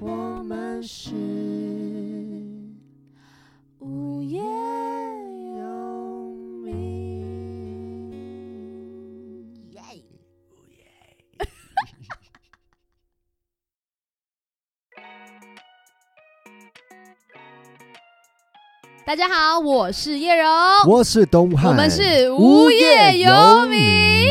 我们是无业游民。耶！大家好，我是叶柔， 我是东汉， 我们是无业游民。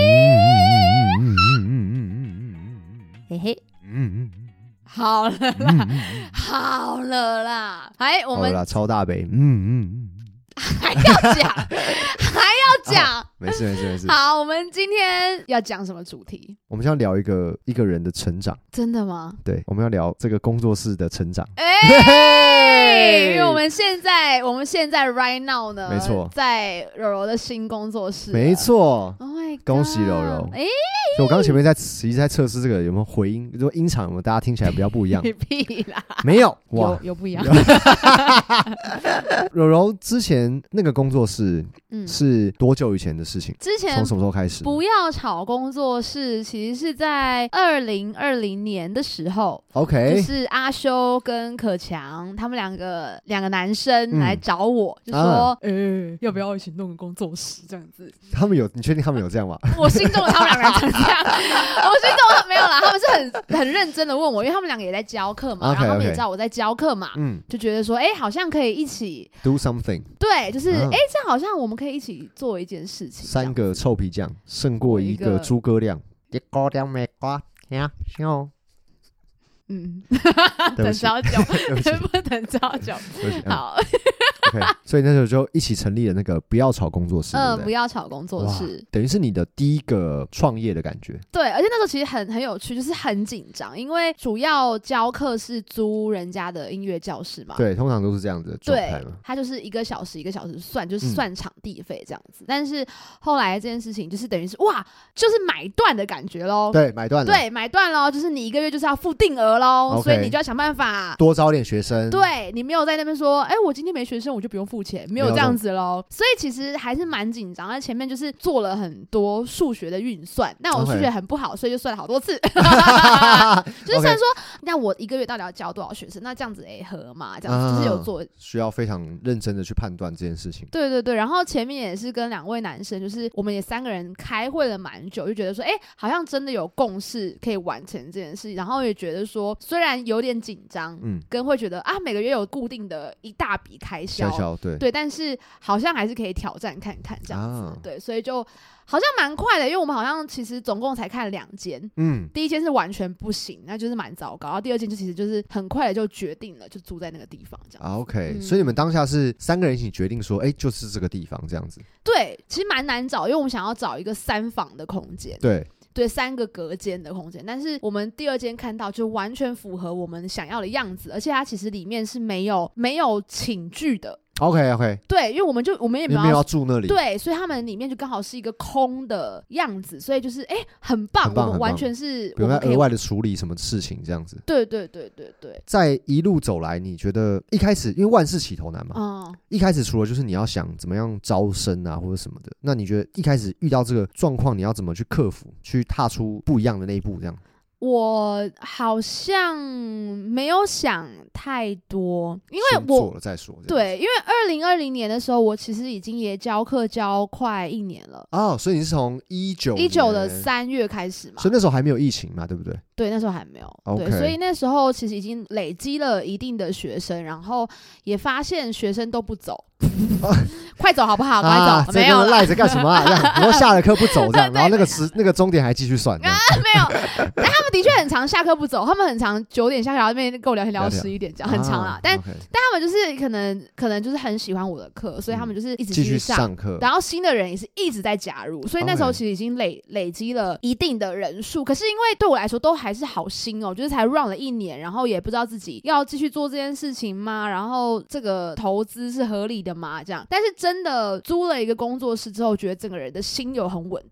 嘿嘿，好了啦，好了啦，我们好了，超大杯， 还要讲，还要讲， 没事没事没事。 好，我们今天要讲什么主题？ 我们想要聊一个人的成长。 真的吗？ 对，我们要聊这个工作室的成长。 因为我们现在 right now 呢， 没错， 在柔柔的新工作室。 没错 ，Oh my god， 恭喜柔柔。所以我刚刚前面其实在测试这个有没有回音，如果音场有没有大家听起来比较不一样？ 屁啦， 没有，哇， 有不一样。 柔柔之前那个工作室是多久以前的事情？ 之前从什么时候开始？ 不要吵工作室其实是在2020年的时候 ，OK， 就是阿修跟可强他们两个男生来找我，就说要不要一起弄个工作室这样子。 你确定他们有这样吗？ 我心中的他们两个人长这样，我心中的没有啦，他们是很认真的问我，因为他们两个也在教课嘛，然后他们也知道我在教课嘛，就觉得说好像可以一起 do something， 对，就是这样好像我们可以一起做一件事情。 三个臭皮匠胜过一个诸葛亮，一个两没瓜呀笑。 等超久，不等超久。好 ，OK， 所以那时候就一起成立了那个不要吵工作室。 不要吵工作室， 等于是你的第一个创业的感觉。 对，而且那时候其实很有趣，就是很紧张，因为主要教课是租人家的音乐教室嘛。 对，通常都是这样子的状态嘛。 对，他就是1个小时1个小时算，就是算场地费这样子。但是后来这件事情就是等于是就是买断的感觉咯。 对，买断了。 对，买断咯，就是你1个月就是要付定额咯， 所以你就要想办法多招点学生。 对，你没有在那边说我今天没学生我就不用付钱，没有这样子咯。所以其实还是蛮紧张，在前面就是做了很多数学的运算，那我数学很不好，所以就算了好多次就是算说那我1个月到底要教多少学生，那这样子合嘛，这样子就是有做， 需要非常认真的去判断这件事情。 对对对，然后前面也是跟2位男生，就是我们也3个人开会了蛮久，就觉得说好像真的有共识可以完成这件事，然后也觉得说虽然有点紧张，跟会觉得每个月有固定的一大笔开销，对，但是好像还是可以挑战看看这样子，对，所以就好像蛮快的，因为我们好像其实总共才看了2间，第一间是完全不行，那就是蛮糟糕，然后第2间就其实就是很快的就决定了，就住在那个地方这样。 OK，所以你们当下是3个人一起决定说，就是这个地方这样子。 对，其实蛮难找，因为我们想要找一个3房的空间。对，3个隔间的空间，但是我们第2间看到就完全符合我们想要的样子，而且它其实里面是没有寝具的。 OK， 对，因为我们也没有要住那里， 对，所以他们里面就刚好是一个空的样子，所以就是很棒，我们完全是不用再额外的处理什么事情这样子。 对， 在一路走来，你觉得一开始因为万事起头难嘛，一开始除了就是你要想怎么样招生啊或者什么的，那你觉得一开始遇到这个状况，你要怎么去克服，去踏出不一样的那一步这样？ 我好像没有想太多，因为先做了再说。 对，因为2020年的时候，我其实已经也教课教快1年了。 所以你是从 19的3月开始嘛， 所以那时候还没有疫情嘛，对不对？ 对，那时候还没有。 Okay. 对，所以那时候其实已经累积了一定的学生，然后也发现学生都不走。快走好不好？快走，没有赖着干什么啊？然后下了课不走这样，然后那个终点还继续算。 没有，但他们的确很常下课不走，他们很常9点下课，然后那边跟我聊天聊到11点这样，很长啦。但他们就是可能就是很喜欢我的课，所以他们就是一直继续上课， 然后新的人也是一直在加入，所以那时候其实已经累积了一定的人数。可是因为对我来说都还是好新哦，就是才 run 了1年，然后也不知道自己要继续做这件事情吗？然后这个投资是合理的吗？这样，但是真的租了一个工作室之后，觉得整个人的心有很稳定。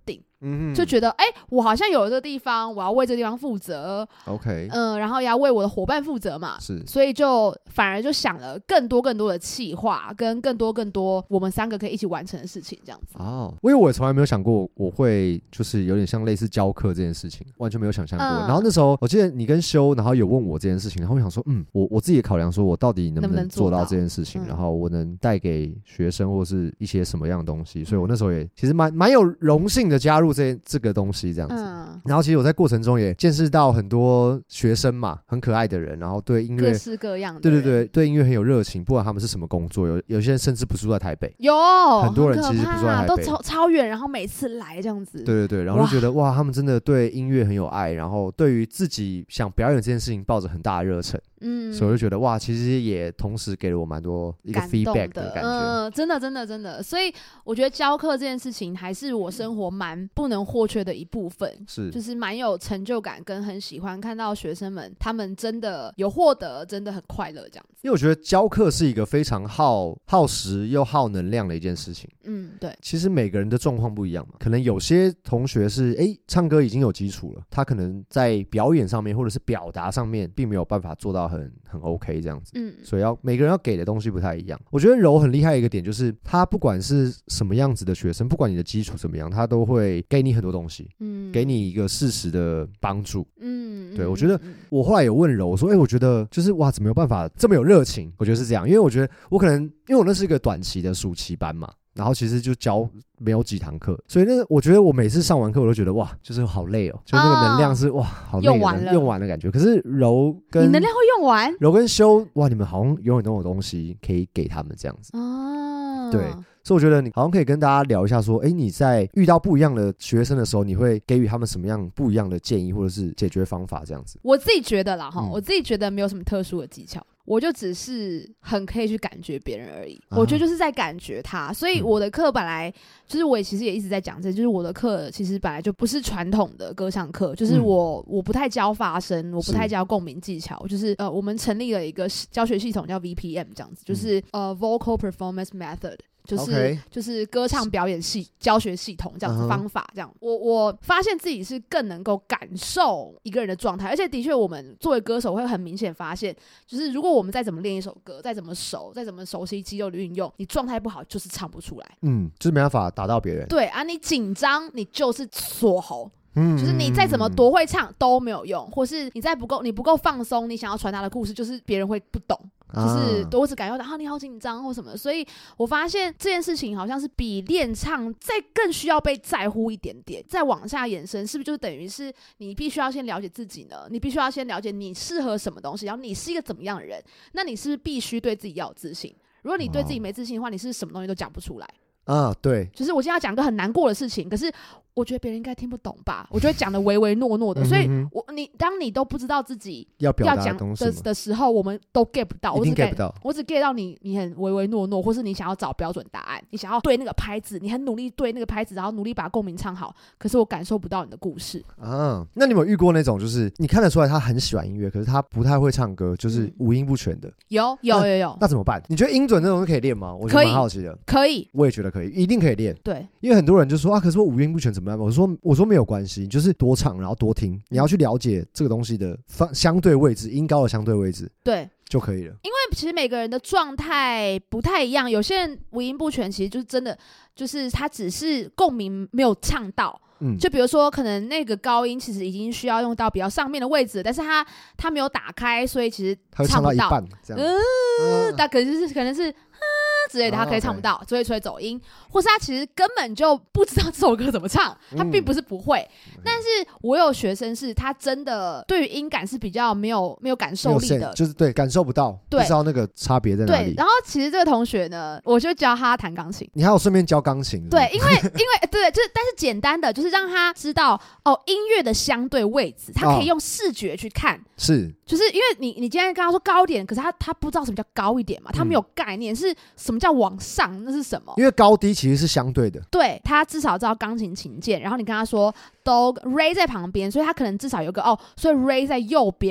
就觉得我好像有这个地方，我要为这个地方负责 ，OK， 然后也要为我的伙伴负责嘛， 是， 所以就反而就想了更多的企划，跟更多我们3个可以一起完成的事情，这样子。 因为我也从来没有想过我会就是有点像类似教课这件事情，完全没有想象过。然后那时候我记得你跟修，然后有问我这件事情，然后我想说，我自己也考量说我到底能不能做到这件事情，然后我能带给学生或是一些什么样的东西，所以我那时候也其实蛮有荣幸的加入这个东西这样子。然后其实我在过程中也见识到很多学生嘛，很可爱的人，然后对音乐各式各样的人， 对音乐很有热情，不管他们是什么工作，有些人甚至不住在台北， 有很多人其实不住在台北， 都超远，然后每次来这样子。 对，然后就觉得哇，他们真的对音乐很有爱，然后对于自己想表演这件事情抱着很大的热忱。所以我就觉得哇，其实也同时给了我蛮多一个 feedback 的感觉。 真的，所以我觉得教课这件事情还是我生活蛮不能或缺的一部分，就是蛮有成就感，跟很喜欢看到学生们他们真的有获得，真的很快乐这样子。 因为我觉得教课是一个非常耗时又耗能量的一件事情。 对。 其实每个人的状况不一样嘛，可能有些同学是唱歌已经有基础了，他可能在表演上面或者是表达上面并没有办法做到很 OK 这样子。所以每个人要给的东西不太一样。我觉得柔很厉害的一个点就是他不管是什么样子的学生，不管你的基础怎么样，他都会给你很多东西，给你一个适时的帮助。对，我觉得我后来有问柔，我说我觉得就是哇，怎么有办法这么有热情？我觉得是这样，因为我觉得我可能因为我那是一个短期的暑期班嘛，然后其实就教没有几堂课，所以我觉得我每次上完课我都觉得哇，就是好累哦，就那个能量是哇，好累的，用完的感觉。可是柔跟你能量会用完， 柔跟修哇，你们好像永远都有东西可以给他们这样子。对，所以我觉得你好像可以跟大家聊一下说，你在遇到不一样的学生的时候，你会给予他们什么样不一样的建议或者是解决方法这样子？ 我自己觉得啦我自己觉得没有什么特殊的技巧，我就只是很可以去感觉别人而已。我觉得就是在感觉他，所以我的课本来就是我其实也一直在讲就是我的课其实本来就不是传统的歌唱课，就是我不太教发声，我不太教共鸣技巧，就是我们成立了一个教学系统叫 VPM 这样子，就是Vocal Performance Method。就是歌唱表演教学系统这样子方法这样。我发现自己是更能够感受一个人的状态，而且的确我们作为歌手会很明显发现，就是如果我们再怎么练一首歌，再怎么熟，再怎么熟悉肌肉的运用，你状态不好就是唱不出来， 就是没办法打到别人。 对啊，你紧张你就是锁喉，就是你再怎么多会唱都没有用，或是你不够放松，你想要传达的故事就是别人会不懂，就是我只感受到你好紧张或什么，所以我发现这件事情好像是比练唱再更需要被在乎一点点。再往下延伸，是不是就等于是你必须要先了解自己呢？你必须要先了解你适合什么东西，然后你是一个怎么样的人，那你是不是必须对自己要有自信？如果你对自己没自信的话，你是什么东西都讲不出来。 对， 就是我今天要讲个很难过的事情，可是我觉得别人应该听不懂吧，我就会讲的唯唯诺诺的，所以当你都不知道自己要讲的时候，我们都 get 不到， 我只 get 到你很唯唯诺诺，或是你想要找标准答案，你想要对那个拍子，你很努力对那个拍子，然后努力把共鸣唱好，可是我感受不到你的故事。 那你有没有遇过那种就是你看得出来他很喜欢音乐，可是他不太会唱歌，就是五音不全的？有， 那怎么办？你觉得音准这种可以练吗？我觉得蛮好奇的。 可以， 我也觉得可以，一定可以练。 对， 因为很多人就说可是我五音不全怎么办？我说没有关系，你就是多唱，然后多听，你要去了解这个东西的相对位置，音高的相对位置，对就可以了。因为其实每个人的状态不太一样，有些人五音不全，其实就是真的就是他只是共鸣没有唱到。就比如说可能那个高音其实已经需要用到比较上面的位置，但是他没有打开，所以其实唱不到一半这样。 但可能是之类的，他可以唱不到，所以走音，或是他其实根本就不知道这首歌怎么唱，他并不是不会。但是我有学生是他真的对于音感是比较没有感受力的， 就是对感受不到，不知道那个差别在哪里。 对，然后其实这个同学呢，我就教他弹钢琴。 你还有顺便教钢琴？ 对，因为对，就是但是简单的就是让他知道音乐的相对位置，他可以用视觉去看。是，就是因为你今天跟他说高一点，可是他不知道什么叫高一点嘛，他没有概念是什么叫往上，那是什么？ 因为高低其实是相对的。 对，他至少知道钢琴琴键，然后你跟他说都 Ray 在旁边，所以他可能至少有个所以 Ray 在右边比较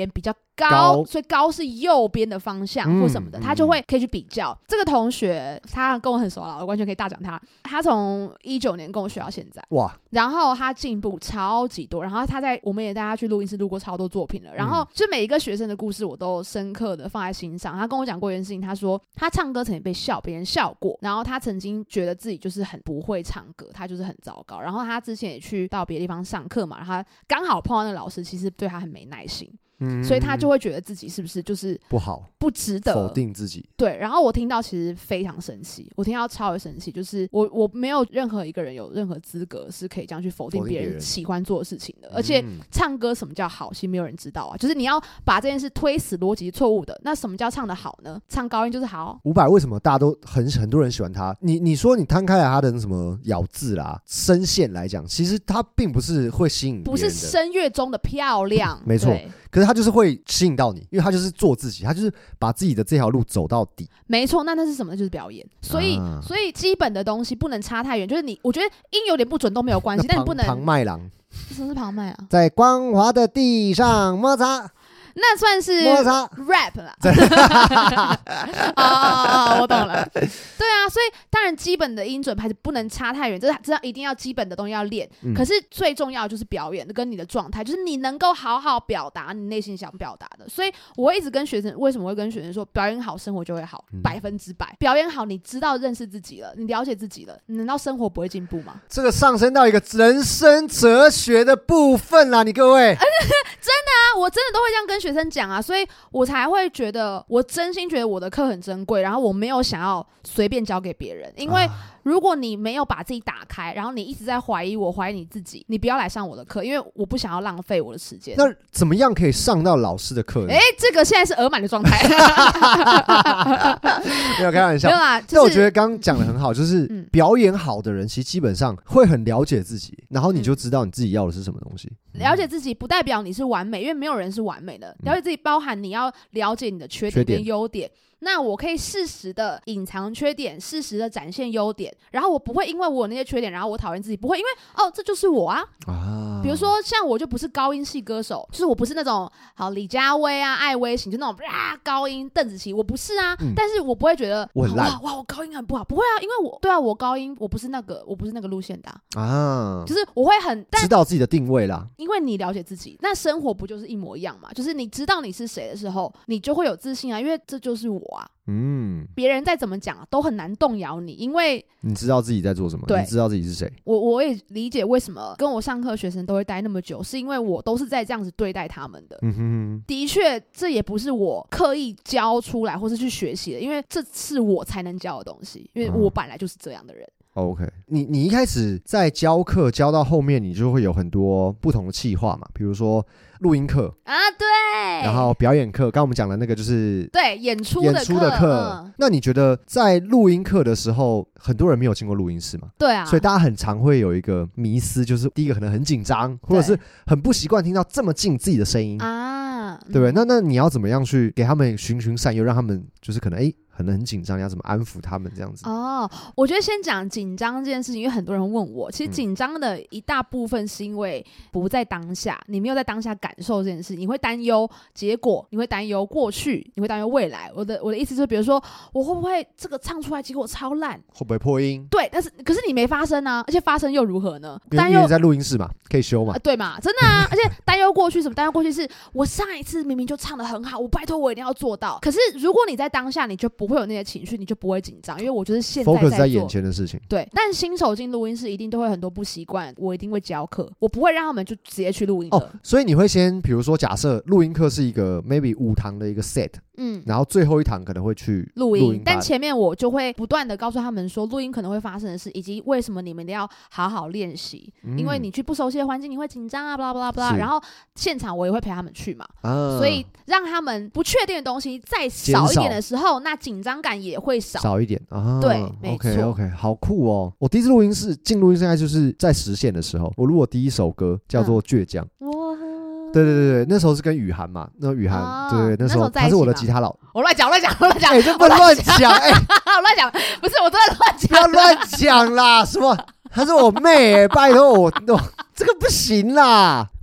高，所以高是右边的方向或什么的，他就会可以去比较。这个同学他跟我很熟了，我完全可以大讲他。他从19年跟我学到现在，哇！然后他进步超级多，然后我们也带他去录音室录过超多作品了。然后就每一个学生的故事我都深刻的放在心上。他跟我讲过一件事情，他说他唱歌曾经被别人笑过，然后他曾经觉得自己就是很不会唱歌，他就是很糟糕。然后他之前也去到别的地方上课嘛，然后他刚好碰到那个老师，其实对他很没耐心。所以他就会觉得自己是不是就是不好， 不值得， 否定自己。 对，然后我听到其实非常生气，我听到超级生气，就是我没有任何一个人有任何资格是可以这样去否定别人喜欢做的事情的。而且唱歌什么叫好，其实没有人知道啊。就是你要把这件事推死，逻辑错误的。那什么叫唱得好呢？唱高音就是好。 伍佰为什么大家都很多人喜欢他？你说你摊开来他的什么咬字啦、声线来讲，其实他并不是会吸引别人的， 不是声乐中的漂亮， 没错。可是他就是会吸引到你，因为他就是做自己，他就是把自己的这条路走到底。 没错，那是什么？就是表演。所以基本的东西不能差太远，就是我觉得音有点不准都没有关系，但你不能。 庞麦郎， 什么是庞麦啊？ 在光滑的地上摩擦。 那算是 rap 啦。我懂了。对啊，所以当然基本的音准还是不能差太远，这一定要基本的东西要练。可是最重要的就是表演跟你的状态，就是你能够好好表达你内心想表达的。所以我会一直跟学生，为什么会跟学生说表演好生活就会好，100%。表演好，你知道认识自己了，你了解自己了，难道生活不会进步吗？ 这个上升到一个人生哲学的部分啦，你各位。 真的啊，我真的都会这样跟学生讲啊，所以我才会觉得，我真心觉得我的课很珍贵，然后我没有想要随便交给别人，因为如果你没有把自己打开，然后你一直在怀疑我，怀疑你自己，你不要来上我的课，因为我不想要浪费我的时间。 那怎么样可以上到老师的课呢？ 这个现在是额满的状态。 没有开玩笑，没有啦。但我觉得刚刚讲的很好，就是表演好的人，其实基本上会很了解自己，然后你就知道你自己要的是什么东西。 了解自己不代表你是完美，因为没有人是完美的。了解自己包含你要了解你的缺点跟优点。那我可以适时的隐藏缺点，适时的展现优点，然后我不会因为我有那些缺点，然后我讨厌自己，不会，因为这就是我啊。比如说像我就不是高音系歌手，就是我不是那种李佳薇啊、艾薇型，就那种高音邓紫棋，我不是啊。但是我不会觉得我很烂， 我高音很不好，不会啊，因为我高音我不是那个路线的啊。就是我会知道自己的定位啦， 因为你了解自己，那生活不就是一模一样嘛？就是你知道你是谁的时候，你就会有自信啊，因为这就是我啊。别人再怎么讲都很难动摇你，因为你知道自己在做什么，你知道自己是谁。 我也理解为什么跟我上课的学生都会待那么久，是因为我都是在这样子对待他们的。的确，这也不是我刻意教出来或是去学习的，因为这是我才能教的东西，因为我本来就是这样的人。 OK， 你一开始在教课教到后面，你就会有很多不同的企划嘛，比如说录音课啊，对， 然后表演课，刚刚我们讲的那个就是对演出的课。 那你觉得在录音课的时候，很多人没有进过录音室嘛？ 对啊， 所以大家很常会有一个迷思，就是第一个可能很紧张，或者是很不习惯听到这么近自己的声音啊，对不对？那你要怎么样去给他们循循善诱，让他们就是可能很紧张，要怎么安抚他们这样子？ 我觉得先讲紧张这件事情，因为很多人问我，其实紧张的一大部分是因为不在当下，你没有在当下感受这件事，你会担忧结果，你会担忧过去，你会担忧未来。我的意思就是，比如说我会不会这个唱出来结果超烂， 会不会破音？ 对，可是你没发生啊，而且发生又如何呢？ 因为你在录音室嘛，可以修嘛， 对嘛，真的啊。而且担忧过去什么？担忧过去是我上一次明明就唱得很好，我拜托我一定要做到。可是如果你在当下，你就不会有那些情绪，你就不会紧张，因为我就是现在在做 focus 在眼前的事情。 对，但新手进录音室一定都会很多不习惯，我一定会教课，我不会让他们就直接去录音课。 所以你会先，比如说假设录音课是一个 maybe 5堂的一个 set，然后最后一堂可能会去录音， 但前面我就会不断的告诉他们说，录音可能会发生的事，以及为什么你们一定要好好练习，因为你去不熟悉的环境你会紧张啊， blah blah blah， 然后现场我也会陪他们去嘛，所以让他们不确定的东西再少一点的时候，那紧张感也会少一点啊。 对，没错。 OK， 好酷哦！我第一次进录音室，应该就是在实现的时候，我录我第一首歌叫做《倔强》。对，那时候是跟雨涵嘛，那雨涵，对，那时候他是我的吉他老。 我乱讲，这不能乱讲， 我乱讲，不是，我都在乱讲， 不要乱讲啦，什么？她是我妹，拜托我，这个不行啦。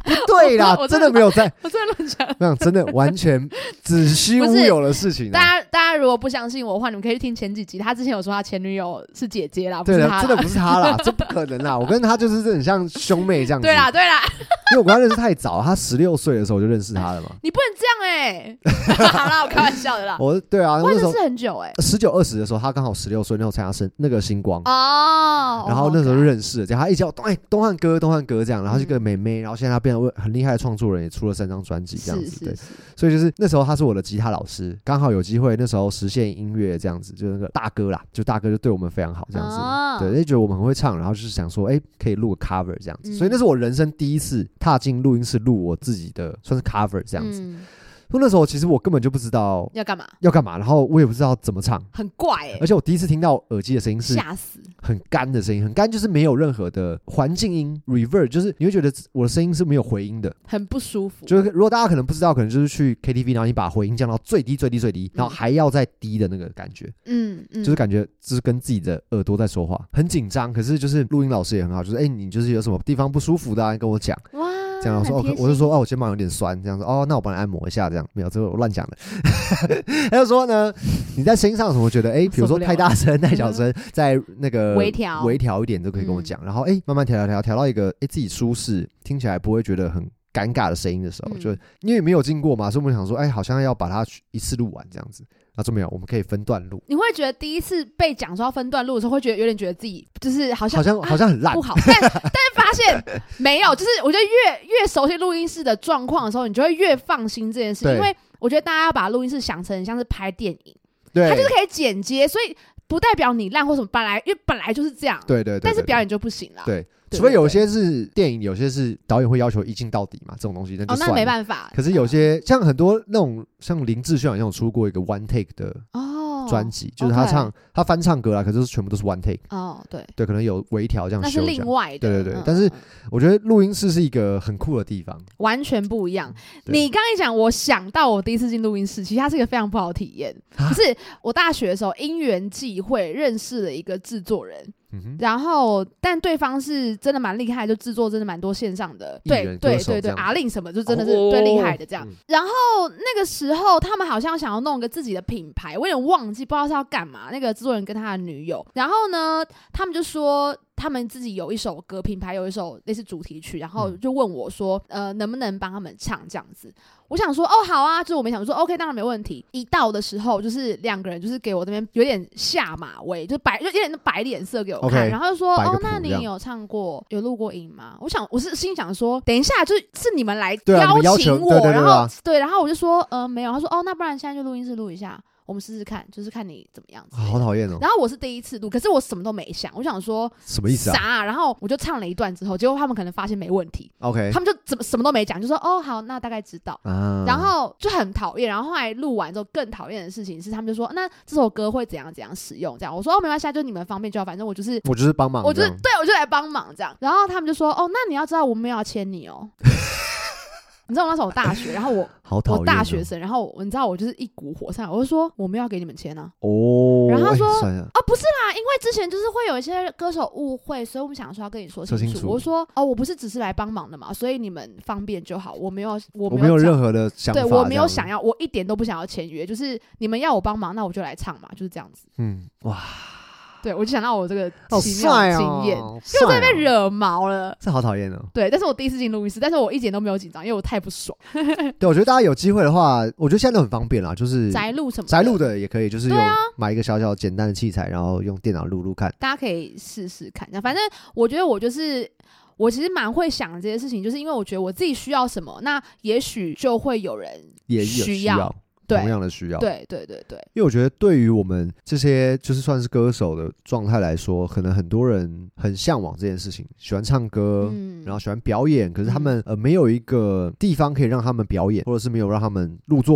不对啦，真的没有在， 我真的乱讲， 那样真的完全子虚乌有的事情。 大家如果不相信我的话，你们可以去听前几集，他之前有说他前女友是姐姐啦，不是他啦， 真的不是他啦，这不可能啦，我跟他就是很像兄妹这样子。 对啦， 因为我跟他认识太早，他16岁的时候我就认识他了嘛。 你不能这样好啦，我开玩笑的啦。 对啊， 我认识很久 19、20的时候，他刚好16岁，那时候参加那个星光哦， 然后那时候就认识了，这样他一叫东汉哥这样，然后是个妹妹，然后现在他变成很厉害的创作人，也出了3张专辑这样子，对。所以就是那时候他是我的吉他老师，刚好有机会那时候实现音乐这样子，就那个大哥啦，就大哥就对我们非常好这样子，对，就觉得我们很会唱，然后就是想说，可以录个 cover 这样子，所以那是我人生第一次踏进录音室录我自己的算是 cover 这样子。那时候其实我根本就不知道要干嘛，然后我也不知道怎么唱， 很怪而且我第一次听到耳机的声音是吓死， 很干的声音，很干就是没有任何的环境音 reverb， 就是你会觉得我的声音是没有回音的， 很不舒服。 就是如果大家可能不知道，可能就是去 KTV， 然后你把回音降到最低，然后还要再低的那个感觉，就是感觉就是跟自己的耳朵在说话，很紧张。可是就是录音老师也很好，就是你就是有什么地方不舒服的你跟我讲。这样我说我就说我肩膀有点酸，这样子那我帮你按摩一下，这样没有，这是我乱讲的。他就说呢，你在声音上有什么觉得比如说太大声、太小声，在那个微调一点都可以跟我讲，然后慢慢调到一个自己舒适，听起来不会觉得很尴尬的声音的时候，就因为没有经过嘛，所以我们想说好像要把它一次录完这样子。那就没有，我们可以分段录。你会觉得第一次被讲说要分段录的时候，会觉得有点觉得自己就是好像很烂， 不好。但是发现没有，就是我觉得越熟悉录音室的状况的时候，你就会越放心这件事。因为我觉得大家要把录音室想成像是拍电影，它就是可以剪接，所以不代表你烂或什么，因为本来就是这样。对，但是表演就不行啦。对。 除非有些是电影，有些是导演会要求一镜到底嘛，这种东西那就算了。 那没办法。 可是有些像很多那种像林志炫好像有出过一个 one take 的专辑，就是他翻唱歌啦，可是全部都是 one take。对，可能有微调这样修。那是另外的。对，但是我觉得录音室是一个很酷的地方， 完全不一样。你刚刚一讲，我想到我第一次进录音室，其实它是一个非常不好的体验。可是我大学的时候因缘际会认识了一个制作人。然后但对方是真的蛮厉害，就制作真的蛮多线上的对阿令什么就真的是最厉害的这样。然后那个时候他们好像想要弄个自己的品牌，我有点忘记不知道是要干嘛，那个制作人跟他的女友，然后呢他们就说他们自己有一首歌，品牌有一首类似主题曲，然后就问我说能不能帮他们唱这样子。我想说好啊，就是我没想说 OK 当然没问题。一到的时候就是两个人就是给我这边有点下马威，就有点摆脸色给我看，然后就说那你有唱过有录过音吗？我是心想说等一下就是你们来邀请我，然后我就说没有。他说那不然现在就录音室录一下，我们试试看，就是看你怎么样子。 好讨厌哦。 然后我是第一次录，可是我什么都没想，我想说什么意思啊？ 啥？然后我就唱了一段之后，结果他们可能发现没问题 ，OK， 他们就什么都没讲，就说好，那大概知道。然后就很讨厌。然后后来录完之后，更讨厌的事情是，他们就说那这首歌会怎样使用？这样我说没关系，就你们方便就好，反正我就是帮忙， 我就来帮忙这样。然后他们就说那你要知道我没有要签你哦。你知道我那时候我大学，然后我大学生，然后你知道我就是一股火上来，我就说我没有要给你们钱啊。然后他说不是啦，因为之前就是会有一些歌手误会，所以我们想说要跟你说清楚。我说我不是只是来帮忙的嘛，所以你们方便就好，我没有任何的想法， 对我没有想要，我一点都不想要签约，就是你们要我帮忙，那我就来唱嘛，就是这样子。哇。对，我就想到我这个奇妙的经验，因为我在被惹毛了， 这好讨厌哦。 对，但是我第一次进录音室，但是我一点都没有紧张，因为我太不爽。 对，我觉得大家有机会的话，我觉得现在都很方便啦，就是宅录什么宅录的也可以，就是买一个小小简单的器材，然后用电脑录看。 大家可以试试看。反正我觉得我其实蛮会想这些事情，就是因为我觉得我自己需要什么，那也许就会有人也需要。同样的需要， 对， 因为我觉得对于我们这些就是算是歌手的状态来说，可能很多人很向往这件事情，喜欢唱歌，然后喜欢表演，可是他们没有一个地方可以让他们表演，或者是没有让他们录作品，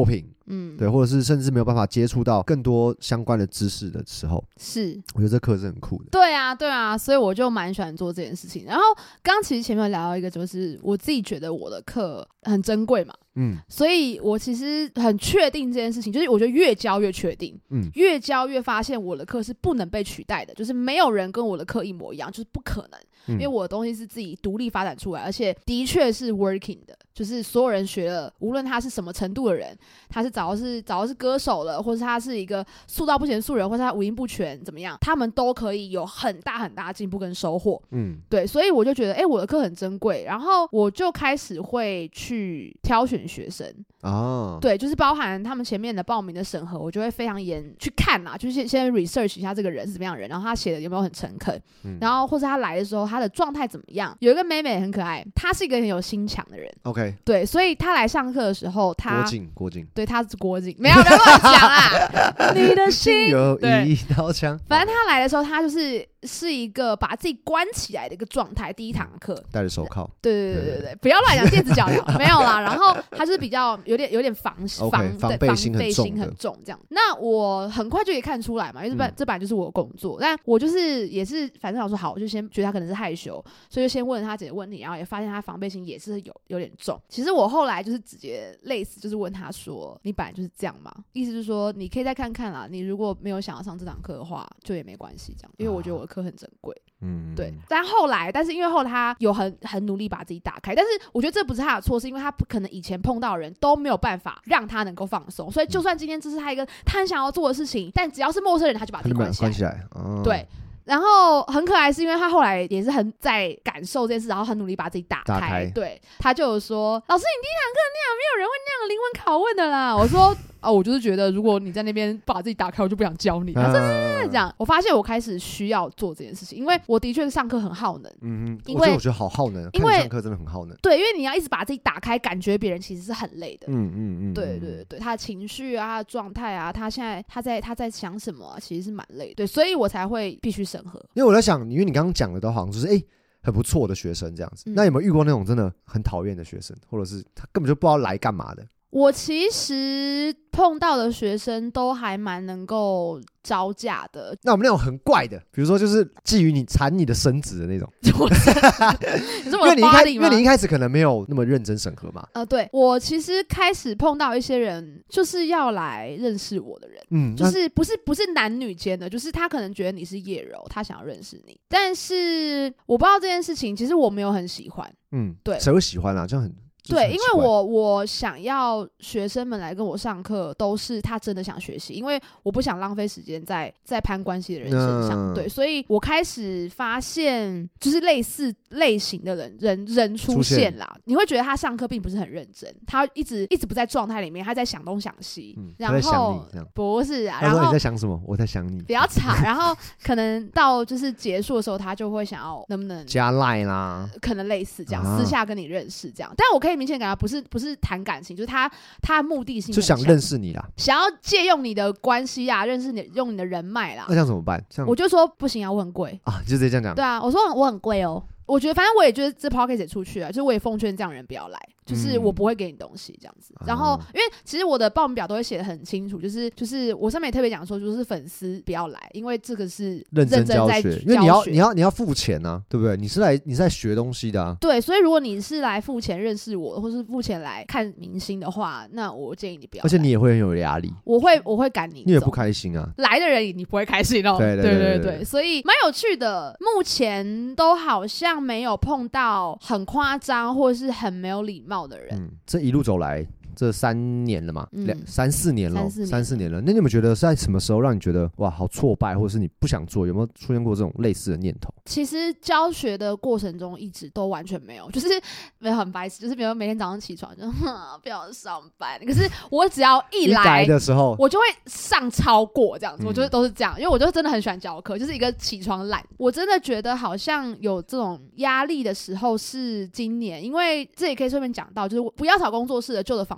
对，或者是甚至没有办法接触到更多相关的知识的时候， 是我觉得这课是很酷的。 对啊，所以我就蛮喜欢做这件事情。然后刚其实前面有聊到一个，就是我自己觉得我的课很珍贵嘛，所以我其实很确定这件事情，就是我觉得越教越确定，越教越发现我的课是不能被取代的，就是没有人跟我的课一模一样，就是不可能。因为我的东西是自己独立发展出来，而且的确是 working 的，就是所有人学了，无论他是什么程度的人，他是早是歌手了，或是他是一个塑造不全素人，或是他五音不全怎么样，他们都可以有很大很大的进步跟收获。对，所以我就觉得我的课很珍贵，然后我就开始会去挑选学生。对，就是包含他们前面的报名的审核，我就会非常严去看啦，就是先 research 一下这个人是怎么样的人，然后他写的有没有很诚恳，然后或是他来的时候他的状态怎么样。有一个妹妹很可爱，她是一个很有心肠的人。 OK， 对，所以她来上课的时候， 郭靖， 对，她是郭靖，没有不要乱讲啊！你的心有一刀枪。 反正她来的时候，她是一个把自己关起来的一个状态。第一堂课戴着手铐， 对，不要乱讲电子脚镣，没有啦。然后她就是比较有点防备心很重这样。那我很快就可以看出来嘛，因为这本来就是我的工作，但我就是也是反正想说好，我就先觉得她可能是害羞，所以就先问她几个问题，然后也发现她防备心也是有点重。其实我后来就是直接类似就是问她说：“你本来就是这样吗？”意思就是说你可以再看看啦，你如果没有想要上这堂课的话，就也没关系这样，因为我觉得我的课很珍贵。对。但是因为后来他有很努力把自己打开，但是我觉得这不是他的错，是因为他可能以前碰到的人都没有办法让他能够放松，所以就算今天这是他一个他很想要做的事情，但只要是陌生人他就把自己关起来。对。然后很可爱是因为他后来也是很在感受这件事，然后很努力把自己打开。对，他就有说：“老师，你第一堂课那样，没有人会那样灵魂拷问的啦。”我说：“我就是觉得如果你在那边把自己打开，我就不想教你。”他说：“这样。”我发现我开始需要做这件事情，因为我的确上课很耗能。因为我觉得好耗能，因为上课真的很耗能。 对，因为你要一直把自己打开，感觉别人其实是很累的。对，他的情绪啊，他的状态啊，他现在他在想什么其实是蛮累的。对，所以我才会必须审核。 因为我在想，因为你刚刚讲的都好像就是很不错的学生这样子，那有没有遇过那种真的很讨厌的学生，或者是他根本就不知道来干嘛的？ 我其实碰到的学生都还蛮能够招架的。 那我们那种很怪的，比如说就是觊觎你缠你的身子的那种你说我的 body 吗？ 因为你一开始可能没有那么认真审核嘛。 对，我其实开始碰到一些人就是要来认识我的人，就是不是男女间的，就是他可能觉得你是叶柔，他想要认识你，但是我不知道这件事情其实我没有很喜欢。对， 谁会喜欢啊？这样很对，因为我想要学生们来跟我上课，都是他真的想学习，因为我不想浪费时间在攀关系的人身上。对，所以我开始发现，就是类似类型的人出现啦。你会觉得他上课并不是很认真，他一直不在状态里面，他在想东想西。然后不是啊，然后你在想什么？我在想你， 不要吵。然后可能到就是结束的时候，他就会想要能不能加 line 啦， 可能类似这样，私下跟你认识这样。但我可以明显感到不是谈感情，就是他的目的性就想认识你啦， 想要借用你的关系啊，认识你，用你的人脉啦。 那这样怎么办？ 我就说不行啊，我很贵啊，就直接这样讲。 对啊，我说我很贵哦。我觉得反正我也觉得这 podcast 也出去了，就是我也奉劝这样的人不要来，就是我不会给你东西这样子。然后因为其实我的报名表都会写得很清楚，就是我上面也特别讲说，就是粉丝不要来，因为这个是认真教学， 因为你要付钱啊，对不对？你是在学东西的啊。 对，所以如果你是来付钱认识我，或是付钱来看明星的话，那我建议你不要来。 而且你也会很有压力， 我会赶你走， 你也不开心啊。 来的人你不会开心哦。对，所以蛮有趣的。目前都好像没有碰到很夸张或是很没有礼貌的人。 这一路走来这3年了嘛，3-4年了，3-4年了。那你有没有觉得是在什么时候让你觉得哇好挫败，或者是你不想做？有没有出现过这种类似的念头？ 其实教学的过程中一直都完全没有，就是没有很白痴，就是比如每天早上起床就不要上班。可是我只要一来的时候， 我就会上超过这样子，我觉得都是这样，因为我就真的很喜欢教课，就是一个起床懒。我真的觉得好像有这种压力的时候是今年，因为这也可以顺便讲到，就是不要吵工作室的旧的房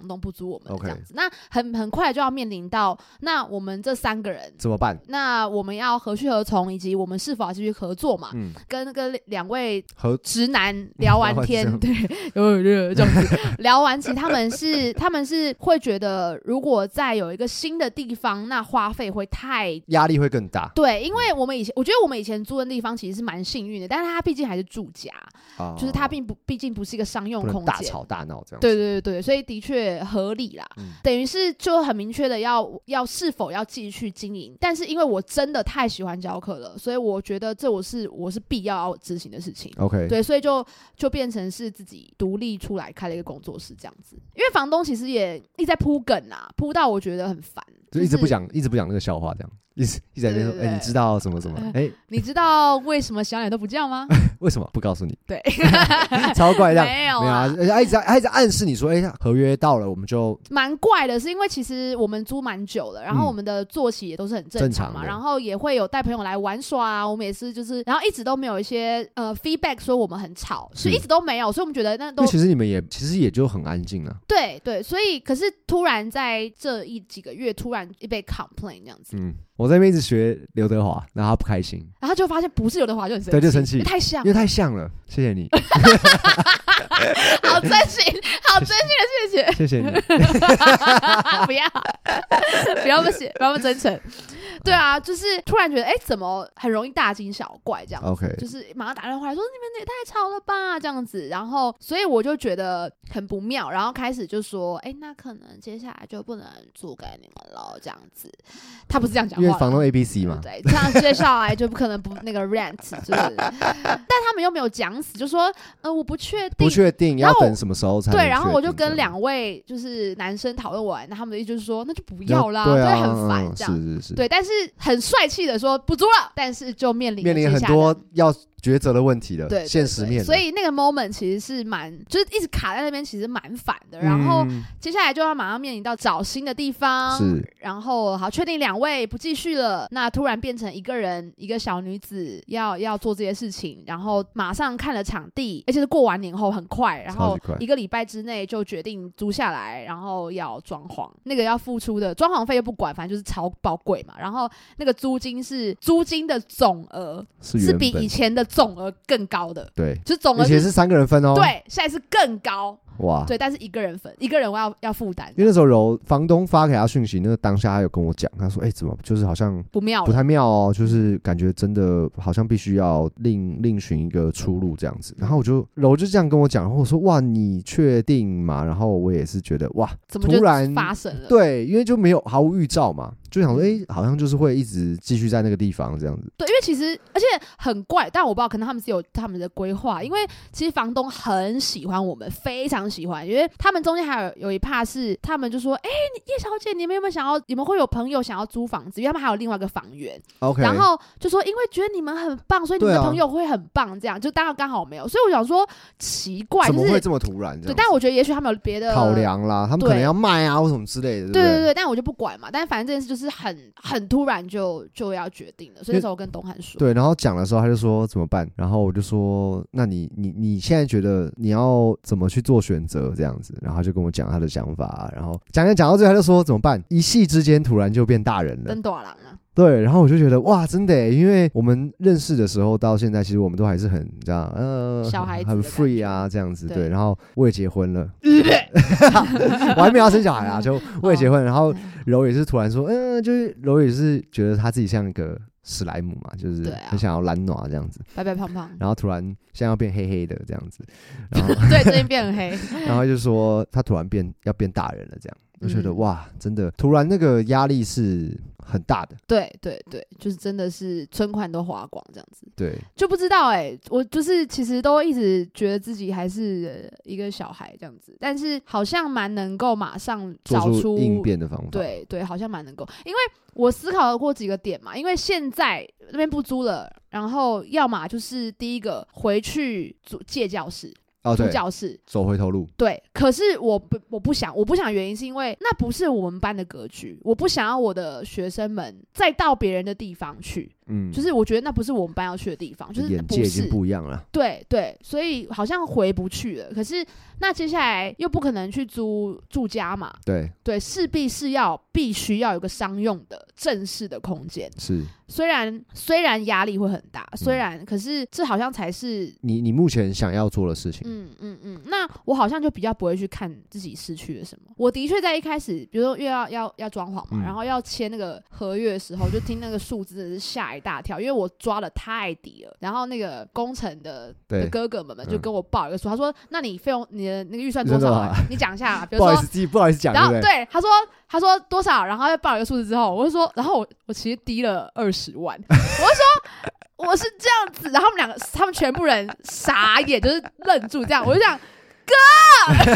房东不租我们这样子。那很快就要面临到，那我们这3个人怎么办？ 那我们要何去何从，以及我们是否要继续合作嘛？跟那个2位直男聊完天，对，这样子聊完，其实他们是会觉得，如果再有一个新的地方，那花费会太压力会更大。 对，因为我觉得我们以前租的地方其实是蛮幸运的，但是它毕竟还是住家，就是它毕竟不是一个商用空间， 大吵大闹这样。 对，所以的确合理啦。等于是就很明确的要是否要继续经营，但是因为我真的太喜欢教课了，所以我觉得这我是必要执行的事情。 OK， 对，所以就变成是自己独立出来开了一个工作室这样子。因为房东其实也一直在铺梗啊，铺到我觉得很烦， 就一直不讲那个笑话这样。一直在那边说，你知道什么什么？ 你知道为什么小鸟都不叫吗？ 为什么不告诉你？ 对， 超怪这样。 没有啊，他一直暗示你说，合约到了，我们就蛮怪的，是因为其实我们租蛮久了，然后我们的作息也都是很正常嘛，然后也会有带朋友来玩耍啊，我们也是就是，然后一直都没有一些feedback 说我们很吵，是一直都没有，所以我们觉得那都其实你们其实也就很安静啊。 对，所以可是突然在这几个月突然被 complain 这样子。 我在那边一直学刘德华，然后他不开心， 然后就发现不是刘德华就很生气， 对，就生气， 因为太像了，谢谢你， 好真心的谢谢你， 不要那么真诚。对啊，就是突然觉得怎么很容易大惊小怪这样子。 OK， 就是马上打电话来说你们也太吵了吧这样子，然后所以我就觉得很不妙，然后开始就说那可能接下来就不能租给你们了这样子。他不是这样讲话， 因为房东 ABC 嘛， 对，这样接下来就不可能不那个 rent 就是但他们又没有讲死，就说我不确定要等什么时候才能对，然后我就跟2位就是男生讨论完，他们的意思就是说那就不要啦， 对啊， 很烦这样， 是， 对，但是很帅气的说不租了，但是就面临很多要抉择的问题了， 对， 现实面， 所以那个 moment 其实是就是一直卡在那边，其实蛮烦的。然后接下来就要马上面临到找新的地方， 是， 然后好确定2位不继续了，那突然变成一个人一个小女子要做这些事情，然后马上看了场地，而且是过完年后很快，然后1个礼拜之内就决定租下来，然后要装潢，那个要付出的装潢费又不管，反正就是超爆贵嘛。然后那个租金的总额是比以前的总额更高的， 对， 就是总额以前是3个人分哦， 对，现在是更高。 哇， 对，但是一个人分，一个人要负担。 因为那时候房东发给他讯息，那个当下他有跟我讲，他说怎么就是好像不太妙哦，就是感觉真的好像必须要另寻一个出路这样子。然后柔就这样跟我讲，然后我说哇，你确定吗？然后我也是觉得哇， 怎么就突然发生了？ 对，因为就没有毫无预兆嘛，就想说好像就是会一直继续在那个地方这样子。 对，因为其实而且很怪，但我不知道，可能他们是有他们的规划，因为其实房东很喜欢我们，非常喜欢，因为他们中间还有一趴是他们就说叶小姐，你们有没有想要，你们会有朋友想要租房子，因为他们还有另外一个房源 OK， 然后就说因为觉得你们很棒，所以你们的朋友会很棒，这样就当然刚好没有，所以我想说奇怪， 怎么会这么突然？ 对，但我觉得也许他们有别的考量啦，他们可能要卖啊或什么之类的， 对，但我就不管嘛，但反正这件事就是很突然就要决定了，所以那时候我跟东汉说， 对，然后讲的时候他就说怎么办，然后我就说那你现在觉得你要怎么去做选择这样子，然后他就跟我讲他的想法，然后讲到最后他就说怎么办，一夕之间突然就变大人了， 真大人啊。 对，然后我就觉得哇，真的耶，因为我们认识的时候到现在，其实我们都还是很这样， 小孩子很 free 啊这样子，对。然后我也结婚了，我还没有要生小孩啊，就我也结婚了，然后柔也是突然说，就是柔也是觉得他自己像一个史莱姆嘛，就是很想要懒暖这样子， 白白胖胖， 然后突然现在要变黑黑的这样子，然后对，最近变很黑， 然后就说他突然要变大人了这样。就觉得哇，真的突然那个压力是很大的， 对，就是真的是存款都花光这样子， 对， 就不知道我就是其实都一直觉得自己还是一个小孩这样子，但是好像蛮能够马上找出应变的方法， 对，好像蛮能够，因为我思考过几个点嘛，因为现在那边不租了，然后要么就是第一个回去借教室。租教室走回头路， 对，可是我不想，原因是因为那不是我们班的格局，我不想要我的学生们再到别人的地方去， 就是我觉得那不是我们班要去的地方，就是眼界已经不一样了。 对对，所以好像回不去了。可是那接下来又不可能去住家嘛， 对对，势必是必须要有个商用的正式的空间。 是， 虽然压力会很大，可是这好像才是你目前想要做的事情。 那我好像就比较不会去看自己失去了什么。我的确在一开始，比如说因为要装潢嘛，然后要签那个合约的时候，就听那个数字真的是吓一大跳，因为我抓的太低了。然后那个工程的哥哥们就跟我报一个数，他说：“那你费用你的那个预算多少啊？你讲一下啊。”比如说不好意思讲。 然后对他说多少，然后又报一个数字之后，我就说，然后我其实低了20万，我就说我是这样子，然后他们全部人傻眼，就是愣住这样，我就讲。哥，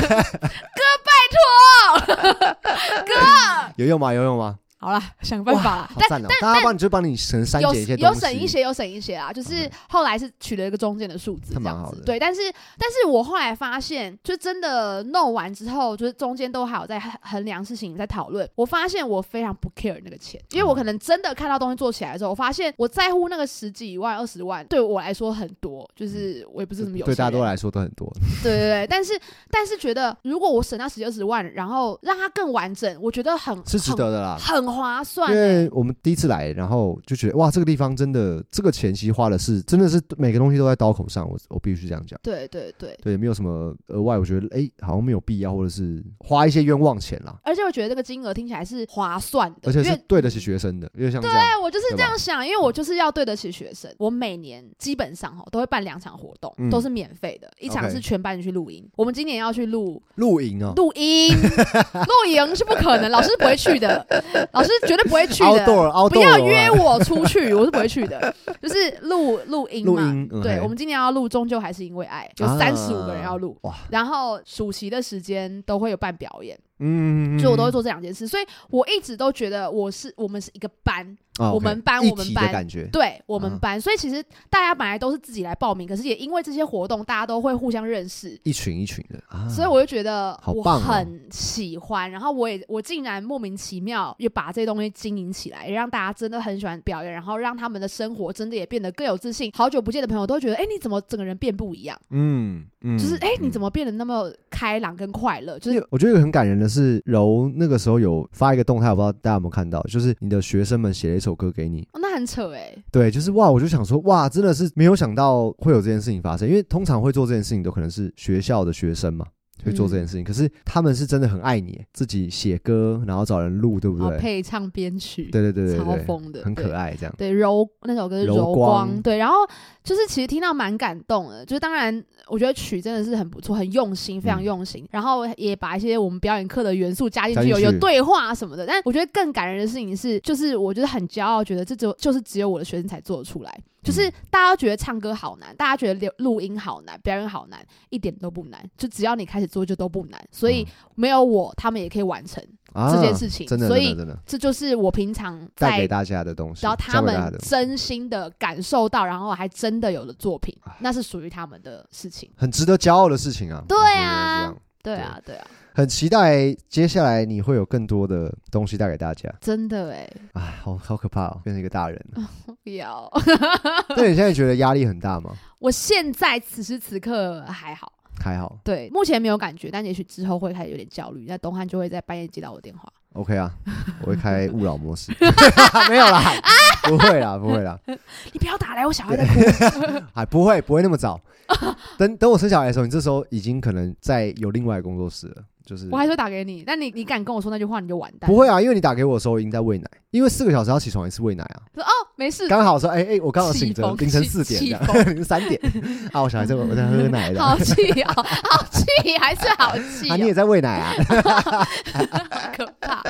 拜托，哥， 有用吗？ 好啦，想办法啦。 好赞哦！大家帮你删减一些东西， 有省一些啊。就是后来是取了一个中间的数字，这样子。对，但是我后来发现，就真的弄完之后，就是中间都还有在衡量事情，在讨论。我发现我非常不 care 那个钱，因为我可能真的看到东西做起来的时候，我发现我在乎那个10几万、20万，对我来说很多。就是我也不是什么有钱人， 对大家都来说都很多。 对，但是觉得如果我省到10、20万，然后让它更完整，我觉得是值得的啦， 很划算。 因为我们第一次来，然后就觉得哇，这个地方真的这个钱其实花的是真的是每个东西都在刀口上，我必须这样讲。 对， 没有什么额外，我觉得好像没有必要，或者是花一些冤枉钱啦。 而且我觉得这个金额听起来是划算的， 而且是对得起学生的，因为像这样。 对，我就是这样想，因为我就是要对得起学生。我每年基本上都会办2场活动，都是免费的，一场是全班去露营。我们今年要去露营哦，露营是不可能，老师不会去的，老师绝对不会去的，不要约我出去，我是不会去的。就是录音嘛，对，我们今年要录，终究还是因为爱，有35个人要录，然后暑期的时间都会有办表演。所以我都会做这2件事，所以我一直都觉得我们是一个班，我们班一体的感觉， 对，我们班，所以其实大家本来都是自己来报名，可是也因为这些活动，大家都会互相认识， 一群的， 所以我就觉得我很喜欢，然后我竟然莫名其妙也把这些东西经营起来，也让大家真的很喜欢表演，然后让他们的生活真的也变得更有自信。好久不见的朋友都会觉得，你怎么整个人变不一样？就是你怎么变得那么开朗跟快乐？就是我觉得很感人的是柔那个时候有发一个动态，我不知道大家有没有看到，就是你的学生们写了一首歌给你， 那很扯对，就是哇，我就想说哇，真的是没有想到会有这件事情发生，因为通常会做这件事情都可能是学校的学生嘛。会做这件事情，可是他们是真的很爱你，自己写歌，然后找人录，对不对？ 配唱编曲， 对， 超疯的， 很可爱，这样。 对，那首歌是柔光，对，然后就是其实听到蛮感动的，就是当然我觉得曲真的是很不错，很用心，非常用心，然后也把一些我们表演课的元素加进去，有对话什么的。但我觉得更感人的事情是，就是我觉得很骄傲，觉得这就是只有我的学生才做得出来。就是大家觉得唱歌好难，大家觉得录音好难，表演好难，一点都不难，就只要你开始做就都不难，所以没有我他们也可以完成这件事情， 真的， 所以这就是我平常带给大家的东西， 然后他们真心的感受到，然后还真的有了作品，那是属于他们的事情， 很值得骄傲的事情啊。 对啊，对啊， 很期待接下来你会有更多的东西带给大家。 真的好可怕哦，变成一个大人了。 不要。 那你现在觉得压力很大吗？ 我现在此时此刻还好，对，目前没有感觉，但也许之后会开始有点焦虑。那东汉就会在半夜接到我电话。 OK 啊，我会开勿扰模式。没有啦，不会啦。 你不要打来，我小孩在哭。 还不会那么早。等我生小孩的时候，你这时候已经可能在有另外的工作室了。就是我还是会打给你，但你敢跟我说那句话，你就完蛋。 不会啊，因为你打给我的时候已经在喂奶，因为4个小时要起床一次喂奶啊。 说没事， 刚好说我刚好醒着，凌晨4点这样，3点啊，我小孩我在喝奶的。 好气哦，好气，还是好气。 你也在喂奶啊？ 可怕。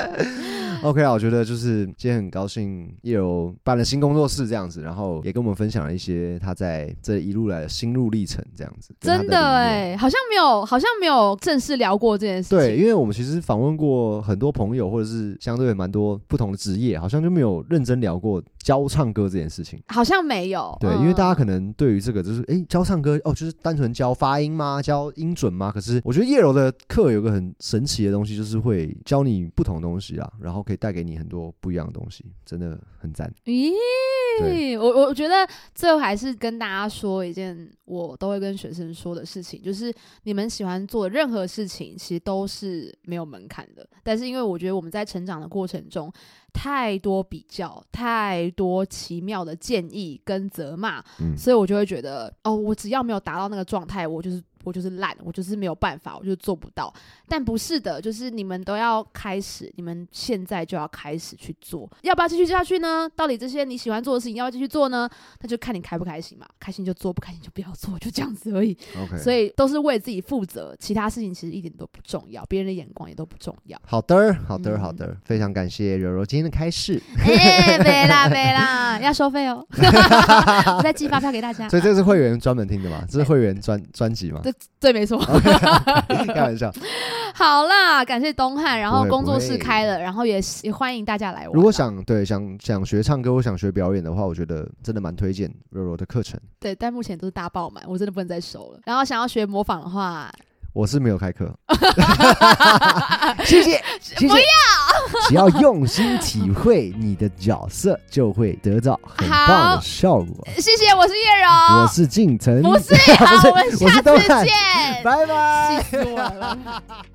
OK 啊，我觉得就是今天很高兴叶柔办了新工作室这样子，然后也跟我们分享了一些他在这一路来的心路历程这样子。 真的好像没有正式聊过这件事情。 对，因为我们其实访问过很多朋友，或者是相对蛮多不同的职业，好像就没有认真聊过教唱歌这件事情。 好像没有。 对，因为大家可能对于这个就是教唱歌就是单纯教发音吗？教音准吗？可是我觉得叶柔的课有个很神奇的东西，就是会教你不同的东西啦，然后可以带给你很多不一样的东西，真的很赞。 咦， 对，我觉得最后还是跟大家说一件我都会跟学生说的事情，就是你们喜欢做的任何事情其实都是没有门槛的，但是因为我觉得我们在成长的过程中太多比较，太多奇妙的建议跟责骂，所以我就会觉得我只要没有达到那个状态，我就是烂，我就是没有办法，我就做不到。但不是的，就是你们都要开始，你们现在就要开始去做。要不要继续下去呢？到底这些你喜欢做的事情要不要继续做呢？那就看你开不开心嘛，开心就做，不开心就不要做，就这样子而已。 Okay. 所以都是为自己负责，其他事情其实一点都不重要，别人的眼光也都不重要。 好的，非常感谢柔柔今天的开示。 没啦，要收费哦。我再寄发票给大家。 所以这是会员专门听的吗？这是会员专辑吗？ 对，没错。 开玩笑。 好啦，感谢东汉，然后工作室开了，然后也欢迎大家来玩。 如果想学唱歌或想学表演的话，我觉得真的蛮推荐柔柔的课程。 对，但目前都是大爆满，我真的不能再收了。然后想要学模仿的话， 我是没有开课。谢谢。 不要。 只要用心体会你的角色，就会得到很棒的效果。 谢谢，我是叶柔， 我是晋腾， 不是，好，我们下次见， 拜拜。 气死我了。